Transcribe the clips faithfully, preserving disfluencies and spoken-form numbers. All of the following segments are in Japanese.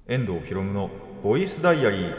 遠藤ひろむのボイスダイアリー。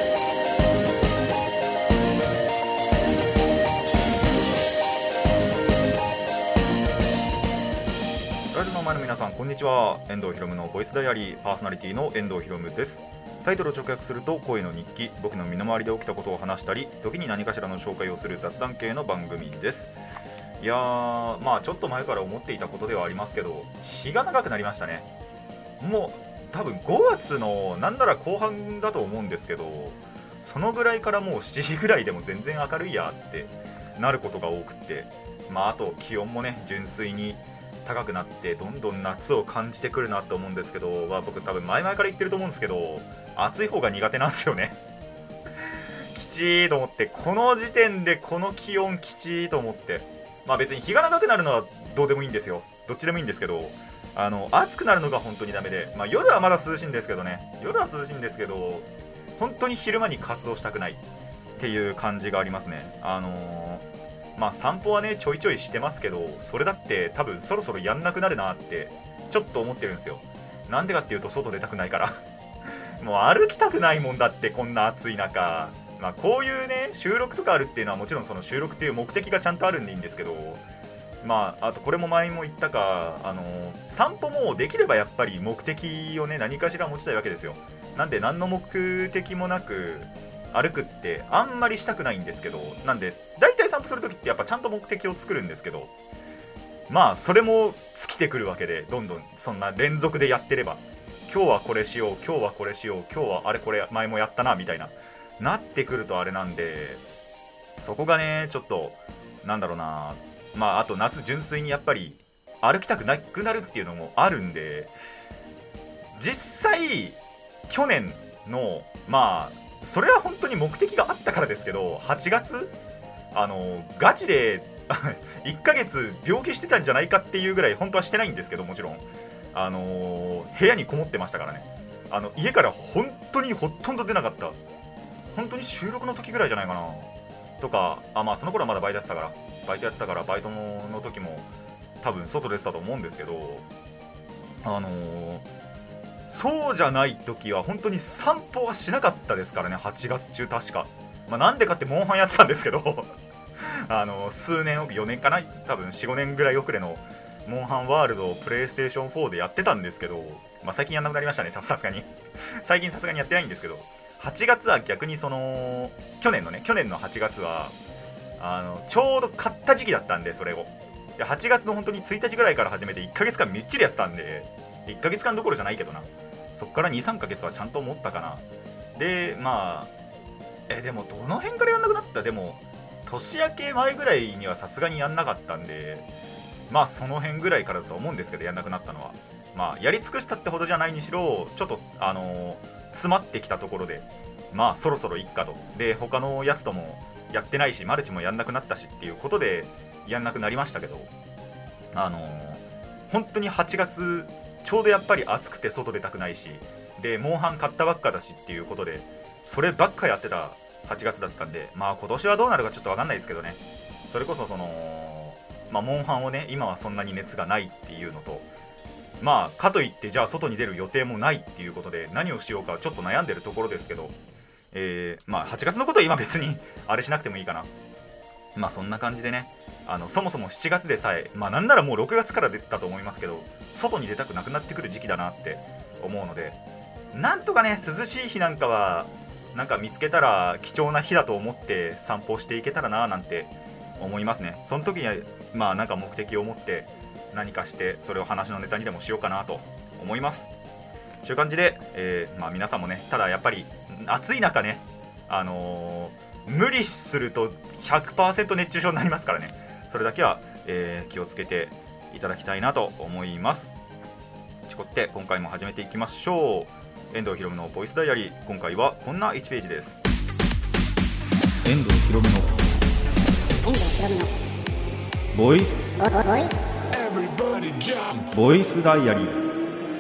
ラジオの前の皆さん、こんにちは。遠藤ひろむのボイスダイアリーパーソナリティの遠藤ひろむです。タイトルを直訳すると声の日記、僕の身の回りで起きたことを話したり、時に何かしらの紹介をする雑談系の番組です。いやー、まあちょっと前から思っていたことではありますけど、日が長くなりましたね。もう多分ごがつのなんなら後半だと思うんですけど、そのぐらいからもうしちじぐらいでも全然明るいやってなることが多くって、まああと気温もね純粋に高くなってどんどん夏を感じてくるなと思うんですけど、まあ、僕多分前々から言ってると思うんですけど、暑い方が苦手なんですよね。きちーと思って、この時点でこの気温きちーと思って、まあ別に日が長くなるのはどうでもいいんですよ、どっちでもいいんですけど、あの暑くなるのが本当にダメで、まあ、夜はまだ涼しいんですけどね、夜は涼しいんですけど、本当に昼間に活動したくないっていう感じがありますね。あのー、まあ散歩はねちょいちょいしてますけど、それだって多分そろそろやんなくなるなってちょっと思ってるんですよ。なんでかっていうと、外出たくないからもう歩きたくないもんだって、こんな暑い中。まあこういうね収録とかあるっていうのはもちろんその収録っていう目的がちゃんとあるんでいいんですけど、まあ、あとこれも前も言ったか、あの散歩もできればやっぱり目的をね何かしら持ちたいわけですよ。なんで何の目的もなく歩くってあんまりしたくないんですけど、なんで大体散歩するときってやっぱちゃんと目的を作るんですけど、まあそれも尽きてくるわけで、どんどんそんな連続でやってれば、今日はこれしよう、今日はこれしよう、今日はあれこれ前もやったなみたいななってくるとあれなんで、そこがねちょっとなんだろうな。まああと夏純粋にやっぱり歩きたくなくなるっていうのもあるんで、実際去年のまあそれは本当に目的があったからですけど、はちがつあのガチでいっかげつ病気してたんじゃないかっていうぐらい、本当はしてないんですけど、もちろんあの部屋にこもってましたからね。あの家から本当にほとんど出なかった。本当に収録の時ぐらいじゃないかなとか、あまあその頃はまだバイトやってたからバイトやってたからバイトの時も多分外出てたと思うんですけど、あのーそうじゃない時は本当に散歩はしなかったですからね、はちがつ中確か。まあなんでかってモンハンやってたんですけどあのー数年よねんかな、多分よん、ごねんぐらい遅れのモンハンワールドをプレイステーションフォーでやってたんですけど、まあ最近やんなくなりましたね、さすがに最近さすがにやってないんですけど、はちがつは逆にその去年のね去年のはちがつはあのちょうど買った時期だったんで、それをではちがつの本当についたちぐらいから始めていっかげつかんみっちりやってたんで、いっかげつかんどころじゃないけどな、そっからに、さんかげつはちゃんと持ったかな。でまあえでもどの辺からやんなくなった。でも年明け前ぐらいにはさすがにやんなかったんで、まあその辺ぐらいからだと思うんですけど、やんなくなったのはまあやり尽くしたってほどじゃないにしろ、ちょっとあのー詰まってきたところで、まあそろそろいっかと。で他のやつともやってないし、マルチもやんなくなったしっていうことでやんなくなりましたけど、あのー本当にはちがつちょうどやっぱり暑くて外出たくないし、でモンハン買ったばっかだしっていうことでそればっかやってたはちがつだったんで、まあ今年はどうなるかちょっと分かんないですけどね。それこそそのまあモンハンをね今はそんなに熱がないっていうのと、まあかといってじゃあ外に出る予定もないっていうことで、何をしようかちょっと悩んでるところですけど、えー、まあはちがつのことは今別にあれしなくてもいいかな。まあそんな感じでね、あのそもそもしちがつでさえ、まあなんならもうろくがつから出たと思いますけど、外に出たくなくなってくる時期だなって思うので、なんとかね涼しい日なんかはなんか見つけたら貴重な日だと思って散歩していけたらななんて思いますね。その時にはまあなんか目的を持って何かして、それを話のネタにでもしようかなと思います。という感じで、えーまあ、皆さんもね、ただやっぱり暑い中ね、あのー無理すると ひゃくパーセント 熱中症になりますからね。それだけは、えー気をつけていただきたいなと思います。ちこって今回も始めていきましょう。遠藤ひろむのボイスダイアリー、今回はこんないちページです。遠藤ひろむの遠藤ひろむのボイスボボイボイスダイアリー。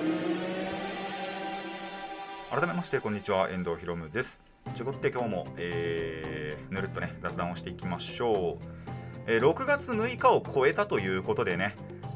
改めましてこんにちは、遠藤ひろむです。ちょこって今日も、えー、ぬるっとね雑談をしていきましょう。えー、ろくがつむいかを超えたということでね、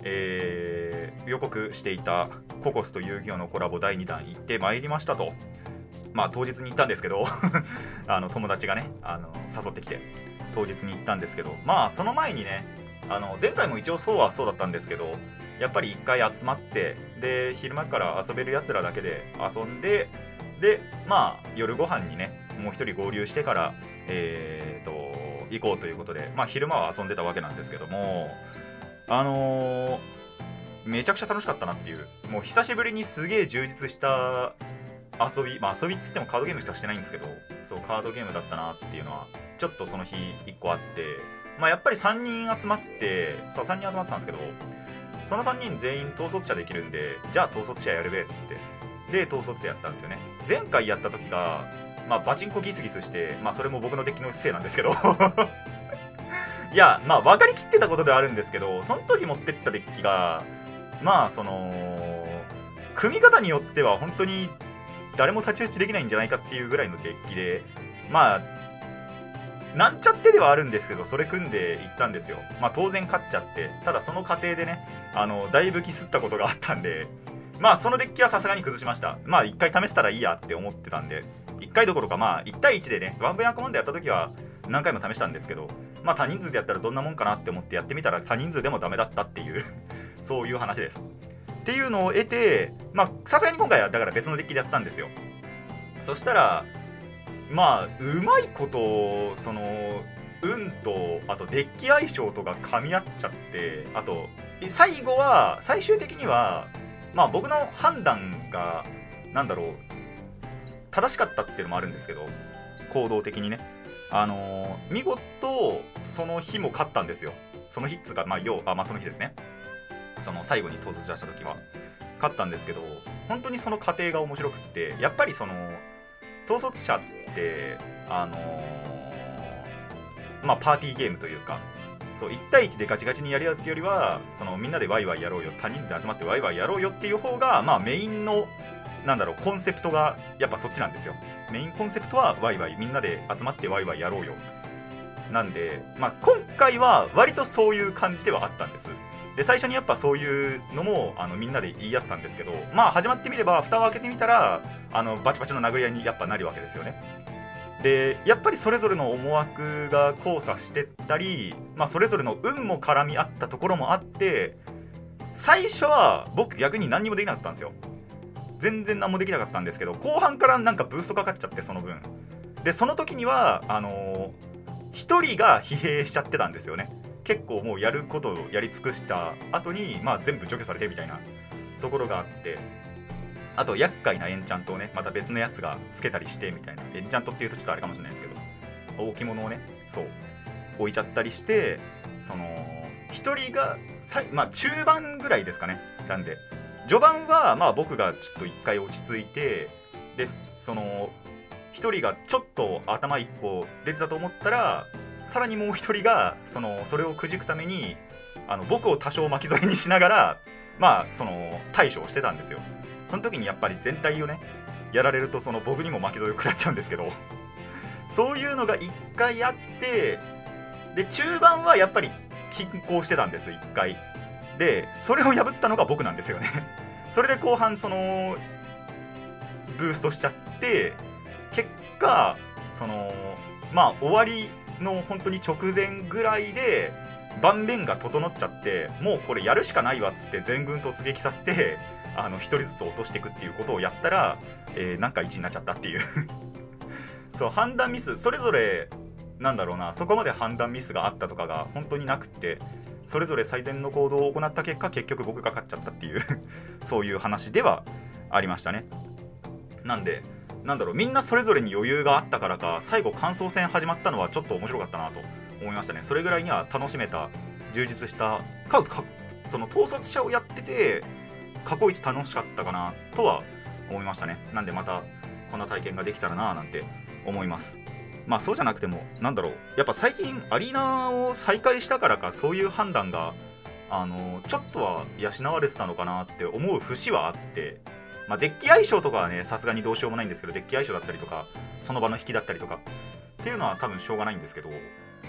えー、予告していたココスと遊戯王のコラボだいにだん行ってまいりましたと。まあ当日に行ったんですけどあの友達がねあの誘ってきて当日に行ったんですけど、まあその前にねあの前回も一応そうはそうだったんですけど、やっぱり一回集まってで昼間から遊べるやつらだけで遊んで、でまあ夜ご飯にねもう一人合流してからえーと行こうということで、まあ昼間は遊んでたわけなんですけども、あのー、めちゃくちゃ楽しかったなっていう、もう久しぶりにすげえ充実した遊び、まあ遊びっつってもカードゲームしかしてないんですけど、そうカードゲームだったなっていうのはちょっとその日いっこあって、まあやっぱりさんにん集まって、そうさんにん集まってたんですけど、そのさんにん全員統率者できるんで、じゃあ統率者やるべっつってで統率者やったんですよね。前回やった時がまあバチンコギスギスして、まあそれも僕のデッキのせいなんですけどいやまあ分かりきってたことではあるんですけど、その時持ってったデッキがまあその組み方によっては本当に誰も太刀打ちできないんじゃないかっていうぐらいのデッキで、まあなんちゃってではあるんですけど、それ組んでいったんですよ。まあ当然勝っちゃって、ただその過程でねあのだいぶキスったことがあったんで、まあそのデッキはさすがに崩しました。まあ一回試せたらいいやって思ってたんで、いっかいどころかまあいちたいいちでねワンブンアコマンドやった時は何回も試したんですけど、まあ多人数でやったらどんなもんかなって思ってやってみたら多人数でもダメだったっていうそういう話です。っていうのを得て、まあさすがに今回はだから別のデッキでやったんですよ。そしたらまあうまいことその運とあとデッキ相性とか噛み合っちゃって、あと最後は最終的にはまあ僕の判断がなんだろう正しかったっていうのもあるんですけど、行動的にねあのー、見事その日も勝ったんですよ。その日っつうかまあ要あまあその日ですね。その最後に統率出した時は勝ったんですけど、本当にその過程が面白くって、やっぱりその統率者ってあのー、まあパーティーゲームというか、そういちたいいちでガチガチにやり合うっていうよりは、そのみんなでワイワイやろうよ、他人で集まってワイワイやろうよっていう方がまあメインのなんだろうコンセプトがやっぱそっちなんですよ。メインコンセプトはワイワイ、みんなで集まってワイワイやろうよなんで、まあ今回は割とそういう感じではあったんです。で最初にやっぱそういうのもあのみんなで言い合ってたんですけど、まあ始まってみれば蓋を開けてみたらあのバチバチの殴り合いにやっぱなるわけですよね。でやっぱりそれぞれの思惑が交差してったり、まあ、それぞれの運も絡み合ったところもあって、最初は僕逆に何にもできなかったんですよ。全然何もできなかったんですけど、後半からなんかブーストかかっちゃって、その分でその時にはあのー、ひとりが疲弊しちゃってたんですよね。結構もうやることをやり尽くした後に、まあ、全部除去されてみたいなところがあって、あと厄介なエンチャントをねまた別のやつがつけたりしてみたいな、エンチャントっていうとちょっとあれかもしれないですけど、置物をねそう置いちゃったりして、そのひとりがまあ中盤ぐらいですかね。なんで序盤はまあ僕がちょっと一回落ち着いて、でそのひとりがちょっと頭一個出てたと思ったら、さらにもうひとりがそのそれをくじくためにあの僕を多少巻き添えにしながらまあその対処をしてたんですよ。その時にやっぱり全体をねやられるとその僕にも巻き添えを食らっちゃうんですけどそういうのがいっかいあって、で中盤はやっぱり均衡してたんですいっかいで、それを破ったのが僕なんですよねそれで後半そのブーストしちゃって、結果そのまあ終わりの本当に直前ぐらいで盤面が整っちゃって、もうこれやるしかないわっつって全軍突撃させてあのひとりずつ落としていくっていうことをやったら、えー、なんかいちになっちゃったっていうそう判断ミスそれぞれなんだろうな、そこまで判断ミスがあったとかが本当になくって、それぞれ最善の行動を行った結果結局僕が勝っちゃったっていうそういう話ではありましたね。なんでなんだろう、みんなそれぞれに余裕があったからか最後感想戦始まったのはちょっと面白かったなと思いましたね。それぐらいには楽しめた充実したかかその統率者をやってて過去一楽しかったかなとは思いましたね。なんでまたこんな体験ができたらななんて思います。まあそうじゃなくてもなんだろう、やっぱ最近アリーナを再開したからかそういう判断があのちょっとは養われてたのかなって思う節はあって、まあ、デッキ相性とかはねさすがにどうしようもないんですけど、デッキ相性だったりとかその場の引きだったりとかっていうのは多分しょうがないんですけど、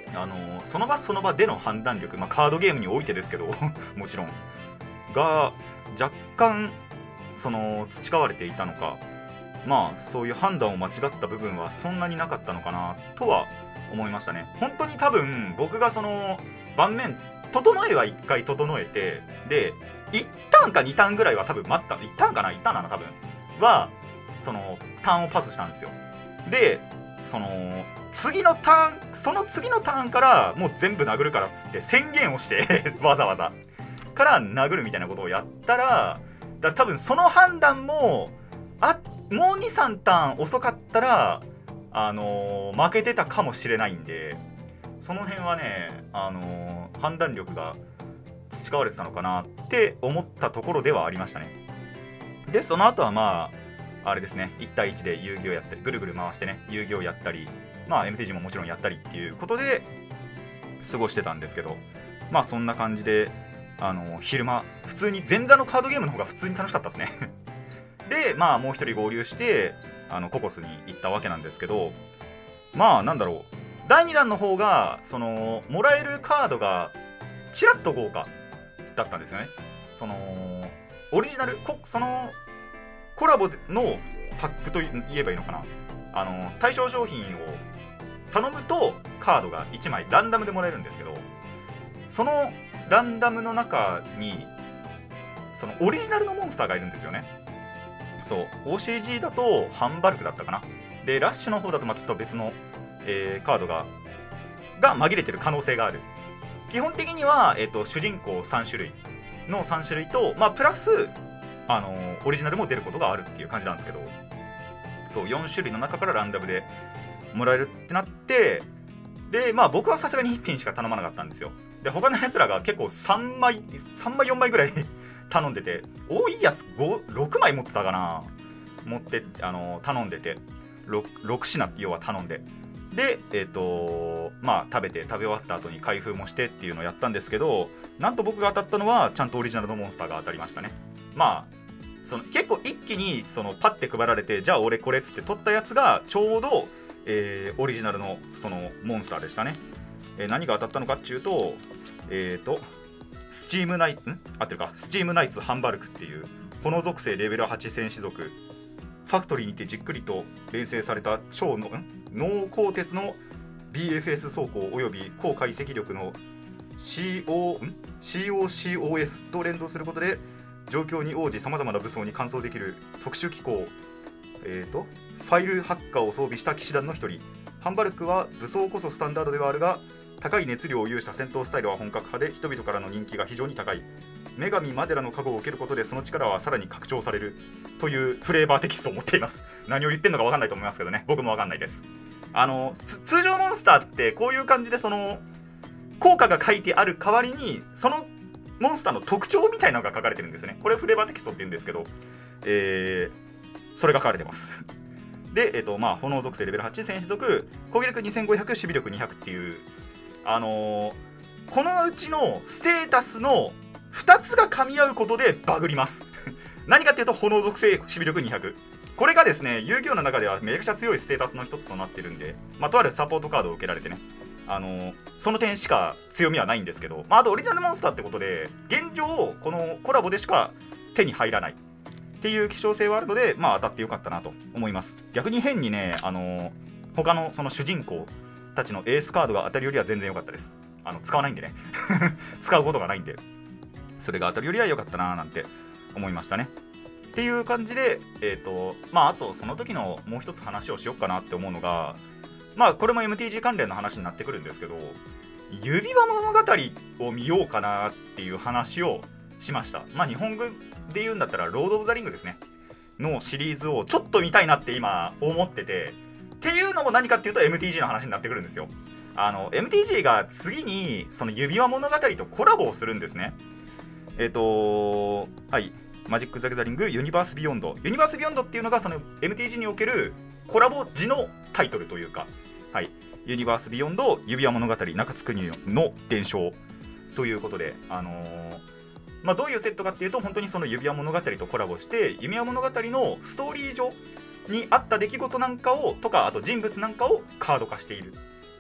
あのその場その場での判断力、まあ、カードゲームにおいてですけどもちろんが若干その培われていたのか、まあそういう判断を間違った部分はそんなになかったのかなとは思いましたね。本当に多分僕がその盤面整えはいっかい整えて、でいちターンかにターンぐらいは多分待った、いちターンかないちターンなの多分はそのターンをパスしたんですよ。でその次のターンその次のターンからもう全部殴るからっつって宣言をしてわざわざから殴るみたいなことをやったら、だ多分その判断もあもう にさんターン遅かったらあのー、負けてたかもしれないんで、その辺はね、あのー、判断力が培われてたのかなって思ったところではありましたね。でその後はまああれですね、いち対いちで遊戯をやったりぐるぐる回してね遊戯をやったり、まあ エムティージー ももちろんやったりっていうことで過ごしてたんですけど、まあそんな感じであの昼間普通に前座のカードゲームの方が普通に楽しかったですねでまあもう一人合流してあのココスに行ったわけなんですけど、まあなんだろう、だいにだんの方がそのもらえるカードがちらっと豪華だったんですよね。そのオリジナルこそのコラボのパックと言えばいいのかな、あの対象商品を頼むとカードがいちまいランダムでもらえるんですけど、そのランダムの中にそのオリジナルのモンスターがいるんですよね。そう オーシージー だとハンバルクだったかな。でラッシュの方だとまあちょっと別の、えー、カードがが紛れてる可能性がある。基本的には、えー、と主人公さんしゅるいのさんしゅるいと、まあ、プラス、あのー、オリジナルも出ることがあるっていう感じなんですけど、そうよんしゅるいの中からランダムでもらえるってなって、でまあ僕はさすがにいっぴんしか頼まなかったんですよ。で他のやつらが結構さんまいさんまいよんまいぐらい頼んでて、多いやつごろくまい持ってたかな、持って、あのー、頼んでて 6, ろく品要は頼んで、でえっ、ー、とまあ食べて食べ終わった後に開封もしてっていうのをやったんですけど、なんと僕が当たったのはちゃんとオリジナルのモンスターが当たりましたね。まあその結構一気にそのパッて配られて、じゃあ俺これっつって取ったやつがちょうど、えー、オリジナルのそのモンスターでしたね。えー、何が当たったのかっていうと、えっ、ー、とスチームナイツん合ってるかスチームナイツハンバルクっていう炎属性レベルはち戦士族、ファクトリーにてじっくりと錬成された超の濃鋼鉄の ビーエフエス 装甲および高解析力の シーオー ん シーオーシーオーエス と連動することで状況に応じさまざまな武装に換装できる特殊機構、えー、とファイルハッカーを装備した騎士団の一人。ハンバルクは武装こそスタンダードではあるが、高い熱量を有した戦闘スタイルは本格派で人々からの人気が非常に高い。女神マデラの加護を受けることでその力はさらに拡張されるというフレーバーテキストを持っています。何を言ってるのか分かんないと思いますけどね、僕も分かんないです。あの通常モンスターってこういう感じでその効果が書いてある代わりにそのモンスターの特徴みたいなのが書かれてるんですね。これフレーバーテキストって言うんですけど、えー、それが書かれてますで、えーとまあ、炎属性レベルはち戦士族、攻撃力にせんごひゃく、守備力にひゃくっていう、あのー、このうちのステータスのふたつが噛み合うことでバグります何かっていうと炎属性守備力にひゃく、これがですね遊戯王の中ではめちゃくちゃ強いステータスの一つとなってるんで、まあ、とあるサポートカードを受けられてね、あのー、その点しか強みはないんですけど、まあ、あとオリジナルモンスターってことで現状このコラボでしか手に入らないっていう希少性はあるので、まあ当たってよかったなと思います。逆に変にね、あのー、他のその主人公たちのエースカードが当たるよりは全然良かったです。あの使わないんでね使うことがないんで、それが当たるよりは良かったななんて思いましたね。っていう感じで、えーとまあ、あとその時のもう一つ話をしようかなって思うのが、まあこれも エムティージー 関連の話になってくるんですけど、指輪物語を見ようかなっていう話をしました。まあ日本語で言うんだったらロード・オブ・ザ・リングですねのシリーズをちょっと見たいなって今思ってて、っていうのも何かっていうと エムティージー の話になってくるんですよ。あの エムティージー が次にその指輪物語とコラボをするんですね。えっ、ー、とはいマジック・ザ・ギャザリングユニバース・ビヨンドユニバース・ビヨンドっていうのがその エムティージー におけるコラボ時のタイトルというか、はいユニバース・ビヨンド指輪物語中津国の伝承ということで、あのーまあ、どういうセットかっていうと、本当にその指輪物語とコラボして指輪物語のストーリー上にあった出来事なんかをとか、あと人物なんかをカード化しているっ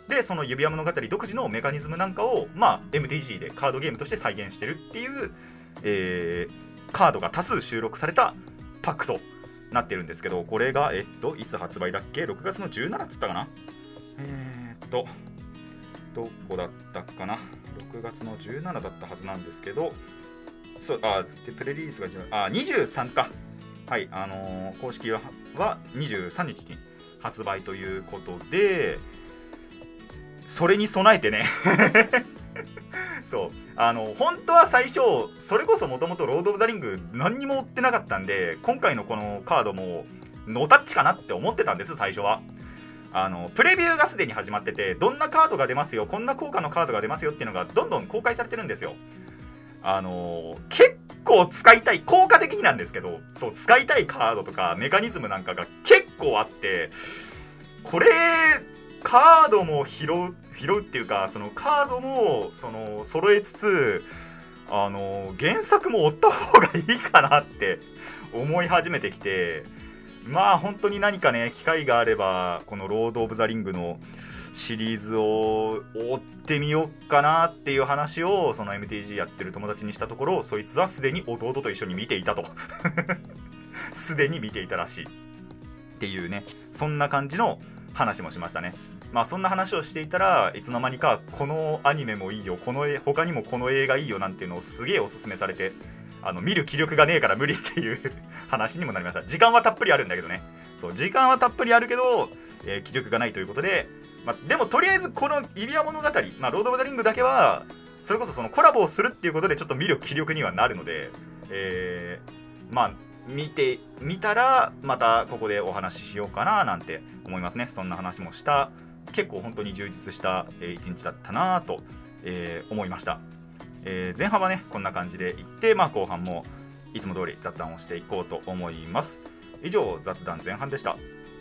でその指輪物語独自のメカニズムなんかを、まあ、エムティージー でカードゲームとして再現してるっていう、えー、カードが多数収録されたパックとなってるんですけど、これがえっといつ発売だっけ、ろくがつのじゅうしちっつったかな、えー、っとどこだったかな、ろくがつのじゅうしちだったはずなんですけど、そうあでプレリリースがあにじゅうさんか、はい、あのー、公式ははにじゅうさんにちに発売ということで、それに備えてねそうあの本当は最初それこそもともとロード・オブ・ザ・リング何にも追ってなかったんで、今回のこのカードもノータッチかなって思ってたんです。最初はあのプレビューがすでに始まってて、どんなカードが出ますよ、こんな効果のカードが出ますよっていうのがどんどん公開されてるんですよ。あの結構使いたい、効果的になんですけど、そう使いたいカードとかメカニズムなんかが結構あって、これカードも拾う拾うっていうか、そのカードもその揃えつつ、あの原作も追った方がいいかなって思い始めてきて、まあ本当に何かね機会があればこのロード・オブ・ザ・リングのシリーズを追ってみようかなっていう話をその エムティージー やってる友達にしたところ、そいつはすでに弟と一緒に見ていたとすでに見ていたらしいっていうね、そんな感じの話もしましたね。まあそんな話をしていたらいつの間にかこのアニメもいいよ、この他にもこの映画いいよなんていうのをすげえおすすめされて、あの見る気力がねえから無理っていう話にもなりました。時間はたっぷりあるんだけどね、そう時間はたっぷりあるけど、えー、気力がないということで、まあ、でもとりあえずこの指輪物語、まあ、ロード・オブ・ザ・リングだけはそれこそそのコラボをするっていうことでちょっと見る気力にはなるので、えー、まあ見てみたらまたここでお話ししようかななんて思いますね。そんな話もした結構本当に充実した一日だったなと、えー、思いました。えー、前半はねこんな感じでいって、まあ、後半もいつも通り雑談をしていこうと思います。以上雑談前半でした。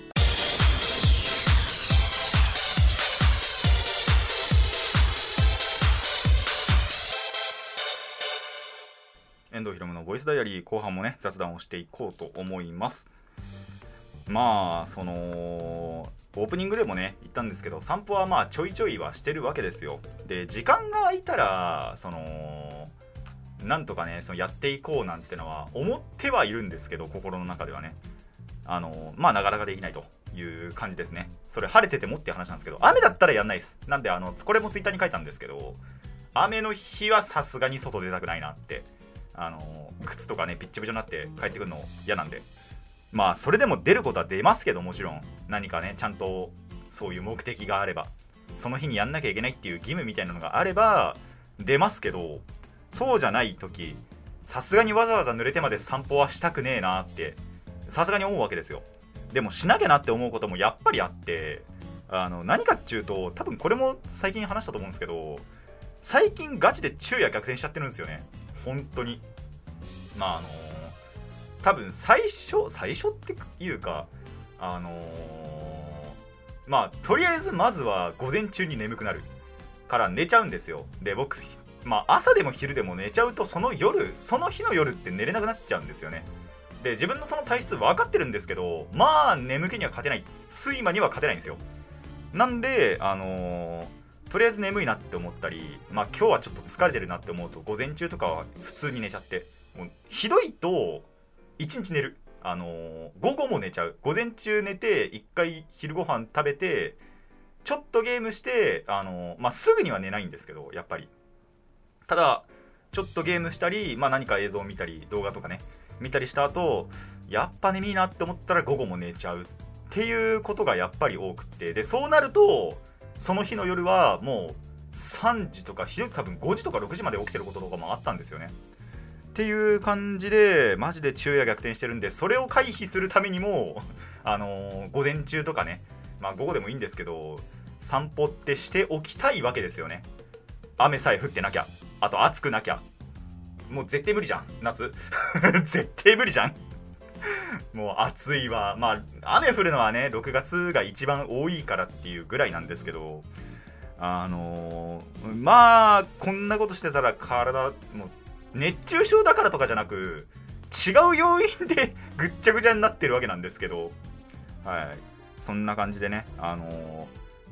遠藤ひろむのボイスダイアリー、後半もね雑談をしていこうと思います。まあそのオープニングでもね言ったんですけど、散歩はまあちょいちょいはしてるわけですよ。で時間が空いたらそのなんとかねそのやっていこうなんてのは思ってはいるんですけど、心の中ではねあのまあなかなかできないという感じですね。それ晴れててもっていう話なんですけど、雨だったらやんないです。なんであのこれもツイッターに書いたんですけど、雨の日はさすがに外出たくないなって、あの靴とかねピッチピチになって帰ってくるの嫌なんで、まあそれでも出ることは出ますけど、もちろん何かねちゃんとそういう目的があれば、その日にやんなきゃいけないっていう義務みたいなのがあれば出ますけど、そうじゃない時さすがにわざわざ濡れてまで散歩はしたくねえなってさすがに思うわけですよ。でもしなきゃなって思うこともやっぱりあって、あの何かっていうと、多分これも最近話したと思うんですけど、最近ガチで昼夜逆転しちゃってるんですよね本当に。まああの多分最初最初っていうかあのー、まあとりあえずまずは午前中に眠くなるから寝ちゃうんですよ。で僕まあ朝でも昼でも寝ちゃうと、その夜その日の夜って寝れなくなっちゃうんですよね。で自分のその体質分かってるんですけど、まあ眠気には勝てない、睡魔には勝てないんですよ。なんであのー、とりあえず眠いなって思ったり、まあ今日はちょっと疲れてるなって思うと午前中とかは普通に寝ちゃって、もうひどいといちにち寝る、あのー、午後も寝ちゃう。午前中寝ていっかい昼ご飯食べてちょっとゲームして、あのー、まあすぐには寝ないんですけど、やっぱりただちょっとゲームしたり、まあ、何か映像を見たり動画とかね見たりした後、やっぱ眠いなって思ったら午後も寝ちゃうっていうことがやっぱり多くって、でそうなるとその日の夜はもうさんじとかひどいと多分ごじとかろくじまで起きてることとかもあったんですよねっていう感じで、マジで昼夜逆転してるんで、それを回避するためにもあのー、午前中とかね、まあ午後でもいいんですけど散歩ってしておきたいわけですよね。雨さえ降ってなきゃ、あと暑くなきゃ、もう絶対無理じゃん夏絶対無理じゃんもう暑いわ。まあ雨降るのはねろくがつが一番多いからっていうぐらいなんですけど、あのー、まあこんなことしてたら体もう熱中症だからとかじゃなく違う要因でぐっちゃぐちゃになってるわけなんですけど、はい、そんな感じでね、あのー、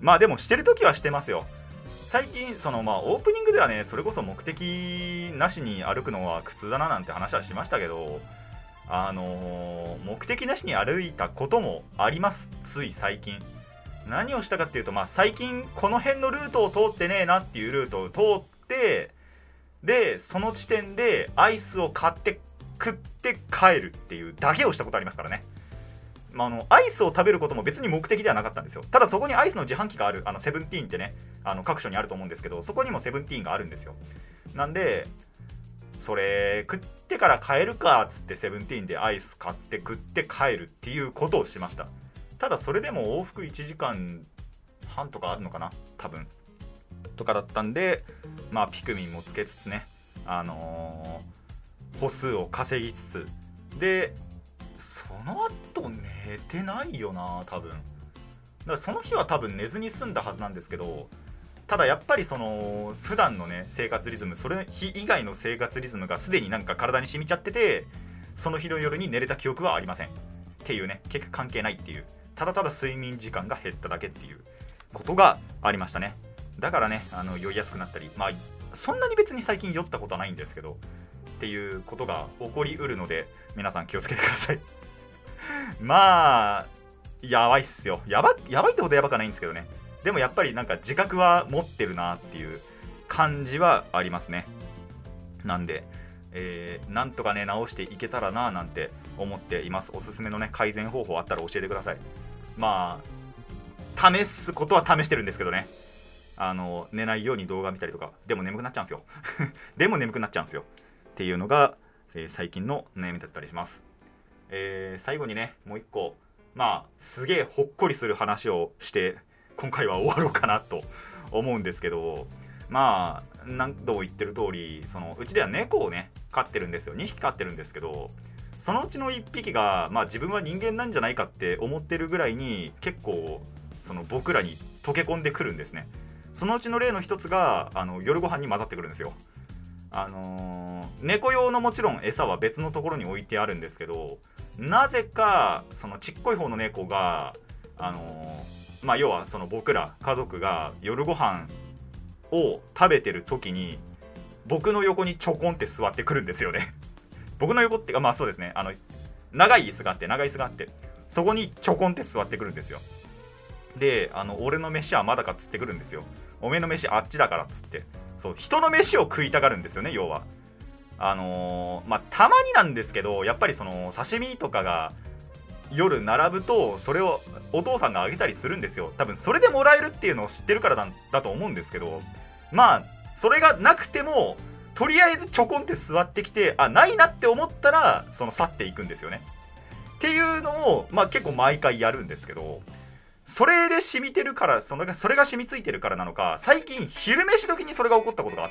まあでもしてる時はしてますよ。最近そのまあオープニングではね、それこそ目的なしに歩くのは苦痛だななんて話はしましたけど、あのー、目的なしに歩いたこともあります。つい最近何をしたかっていうと、まあ最近この辺のルートを通ってねえなっていうルートを通って、でその地点でアイスを買って食って帰るっていうだけをしたことありますからね。まあ、あのアイスを食べることも別に目的ではなかったんですよ。ただそこにアイスの自販機がある、あのセブンティーンってね、あの各所にあると思うんですけど、そこにもセブンティーンがあるんですよ。なんでそれ食ってから帰るかっつってセブンティーンでアイス買って食って帰るっていうことをしました。ただそれでも往復いちじかんはんとかあるのかな多分とかだったんで、まあピクミンもつけつつね、あのー、歩数を稼ぎつつで、その後寝てないよな多分。だからその日は多分寝ずに済んだはずなんですけど、ただやっぱりその普段のね生活リズム、それ日以外の生活リズムがすでになんか体に染みちゃってて、その日の夜に寝れた記憶はありませんっていうね、結局関係ないっていう、ただただ睡眠時間が減っただけっていうことがありましたね。だからね、あの酔いやすくなったり、まあそんなに別に最近酔ったことはないんですけどっていうことが起こりうるので、皆さん気をつけてくださいまあやばいっすよ。やばやばいってほどやばくはないんですけどね。でもやっぱりなんか自覚は持ってるなっていう感じはありますね。なんで、えー、なんとかね直していけたらななんて思っています。おすすめのね改善方法あったら教えてください。まあ試すことは試してるんですけどね、あの寝ないように動画見たりとか、でも眠くなっちゃうんですよでも眠くなっちゃうんですよっていうのが、えー、最近の悩みだったりします。えー、最後にねもう一個、まあすげえほっこりする話をして今回は終わろうかなと思うんですけど、まあ何度も言ってる通り、そのうちでは猫をね飼ってるんですよ。にひき飼ってるんですけど、そのうちのいっぴきが、まあ、自分は人間なんじゃないかって思ってるぐらいに結構その僕らに溶け込んでくるんですね。そのうちの例の一つがあの夜ご飯に混ざってくるんですよ。あのー、猫用のもちろん餌は別のところに置いてあるんですけど、なぜかそのちっこい方の猫があのー、まあ要はその僕ら家族が夜ご飯を食べてる時に僕の横にちょこんって座ってくるんですよね僕の横ってか、まあそうですね、あの長い椅子があって長い椅子があってそこにちょこんって座ってくるんですよ。で、あの俺の飯はまだかっつってくるんですよ。おめえの飯あっちだからっつって、そう人の飯を食いたがるんですよね。要はあのー、まあたまになんですけど、やっぱりその刺身とかが夜並ぶとそれをお父さんがあげたりするんですよ。多分それでもらえるっていうのを知ってるからなんだと思うんですけど、まあそれがなくてもとりあえずちょこんって座ってきて、あないなって思ったらその去っていくんですよねっていうのを、まあ結構毎回やるんですけど、それで染みてるから、それがそれが染みついてるからなのか、最近昼飯時にそれが起こったことがあって、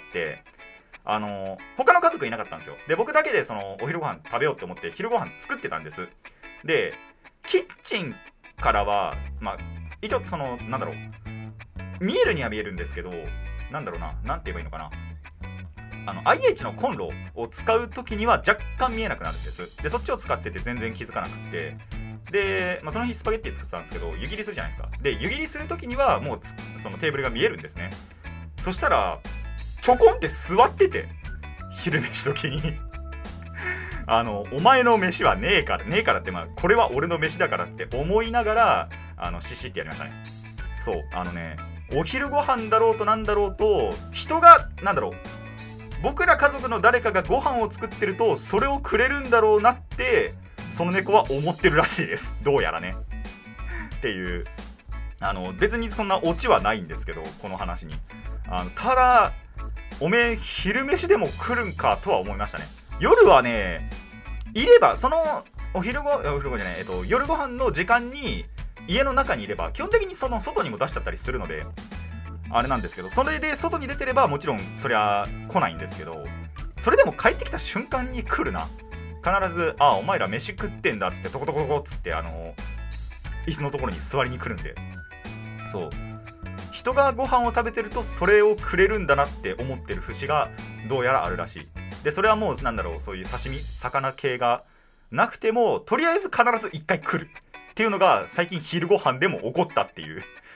あの他の家族いなかったんですよ。で僕だけでそのお昼ご飯食べようって思って昼ご飯作ってたんです。でキッチンからはまあ一応そのなんだろう、見えるには見えるんですけど、なんだろうな、なんて言えばいいのかな、あの アイエイチ のコンロを使う時には若干見えなくなるんです。でそっちを使ってて全然気づかなくて、で、まあ、その日スパゲッティ作ってたんですけど湯切りするじゃないですか。で湯切りする時にはもうそのテーブルが見えるんですね。そしたらちょこんって座ってて、昼飯時にあのお前の飯はねえからねえからって、まあこれは俺の飯だからって思いながらあのシシってやりましたね。そうあのね、お昼ご飯だろうとなんだろうと、人がなんだろう、僕ら家族の誰かがご飯を作ってるとそれをくれるんだろうなってその猫は思ってるらしいです。どうやらねっていう、あの別にそんなオチはないんですけど、この話にあのただおめえ昼飯でも来るんかとは思いましたね。夜はねいれば、そのお昼ごお昼ごじゃない、えっと夜ご飯の時間に家の中にいれば基本的にその外にも出しちゃったりするのであれなんですけど、それで外に出てればもちろんそりゃ来ないんですけど、それでも帰ってきた瞬間に来るな、必ずあお前ら飯食ってんだっつってトコトコトコっつってあの椅子のところに座りに来るんで、そう人がご飯を食べてるとそれをくれるんだなって思ってる節がどうやらあるらしい。でそれはもうなんだろう、そういう刺身魚系がなくてもとりあえず必ず一回来るっていうのが最近昼ご飯でも起こったっていう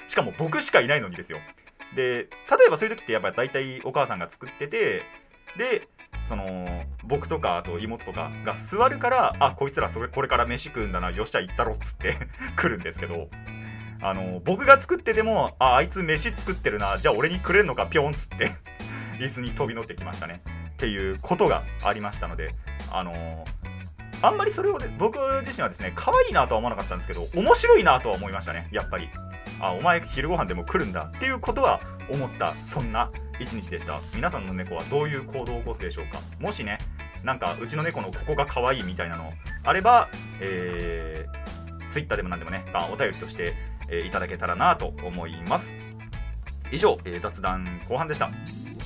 しかも僕しかいないのにですよ。で例えばそういう時ってやっぱ大体お母さんが作ってて、でその僕とかあと妹とかが座るから、あこいつらそれこれから飯食うんだな、よっしゃ行ったろっつって来るんですけど、あの僕が作ってても、ああいつ飯作ってるな、じゃあ俺にくれんのかピョンっつって椅子に飛び乗ってきましたねっていうことがありましたので、あのー、あんまりそれを、ね、僕自身はですね可愛いなとは思わなかったんですけど、面白いなとは思いましたね。やっぱりあお前昼ご飯でも来るんだっていうことは思った、そんな一日でした。皆さんの猫はどういう行動を起こすでしょうか。もしねなんかうちの猫のここが可愛いみたいなのあれば、えー、ツイッターでも何でもねお便りとして、えー、いただけたらなと思います。以上、えー、雑談後半でした。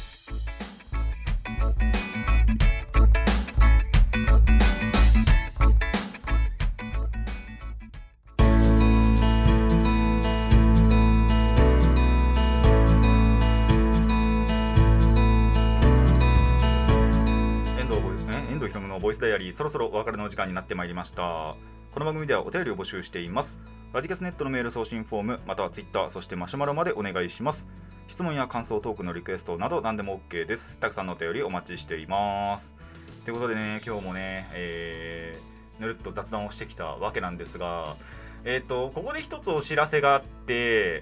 ボイスダイアリー、そろそろお別れの時間になってまいりました。この番組ではお便りを募集しています。ラディキャスネットのメール送信フォーム、またはツイッター、そしてマシュマロまでお願いします。質問や感想、トークのリクエストなど何でも OK です。たくさんのお便りお待ちしています。ということでね、今日もね、えー、ぬるっと雑談をしてきたわけなんですが、えーと、ここで一つお知らせがあって、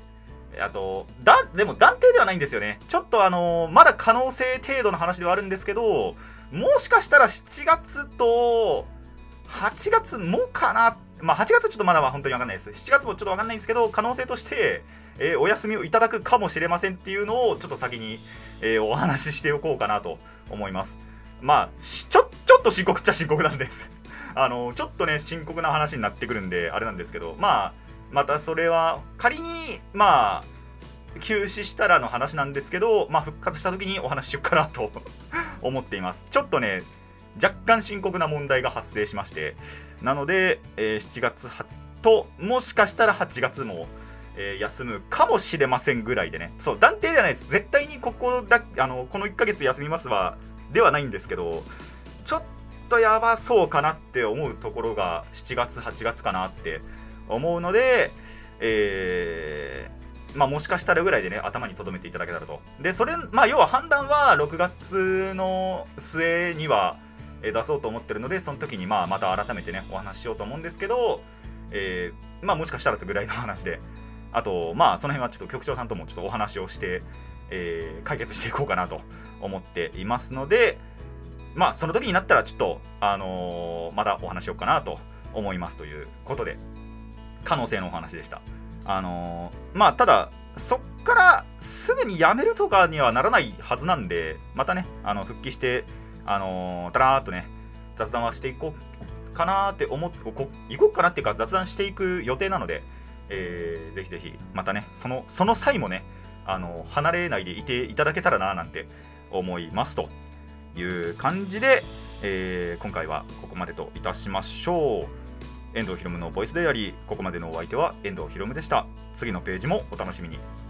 あとだでも断定ではないんですよね。ちょっとあのまだ可能性程度の話ではあるんですけど、もしかしたらしちがつとはちがつもかな。まあはちがつちょっとまだは本当に分かんないです。しちがつもちょっと分かんないんですけど、可能性として、えー、お休みをいただくかもしれませんっていうのをちょっと先に、えー、お話ししておこうかなと思います。まあちょ、ちょっと深刻っちゃ深刻なんですあのちょっとね深刻な話になってくるんであれなんですけど、まあまたそれは仮にまあ休止したらの話なんですけど、まあ、復活した時にお話ししようかなと思っています。ちょっとね若干深刻な問題が発生しまして、なので、えー、しちがつともしかしたらはちがつも、えー、休むかもしれませんぐらいでね、そう断定じゃないです。絶対にここだあのこのいっかげつ休みますはではないんですけど、ちょっとやばそうかなって思うところがしちがつはちがつかなって思うので、えーまあ、もしかしたらぐらいでね頭に留めていただけたらと。でそれまあ要は判断はろくがつの末には出そうと思ってるので、その時にまあまた改めてねお話ししようと思うんですけど、えー、まあもしかしたらとぐらいの話で、あとまあその辺はちょっと局長さんともちょっとお話をして、えー、解決していこうかなと思っていますので、まあその時になったらちょっとあのー、またお話しようかなと思いますということで、可能性のお話でした。あのー、まあただそっからすぐに辞めるとかにはならないはずなんで、またねあの復帰してあのー、たらーっとね雑談はしていこうかなって思ってこいこうかなっていうか雑談していく予定なので、えー、ぜひぜひまたねそのその際もねあの離れないでいていただけたらななんて思いますという感じで、えー、今回はここまでといたしましょう。遠藤ひろむのボイスダイアリー、ここまでのお相手は遠藤ひろむでした。次のページもお楽しみに。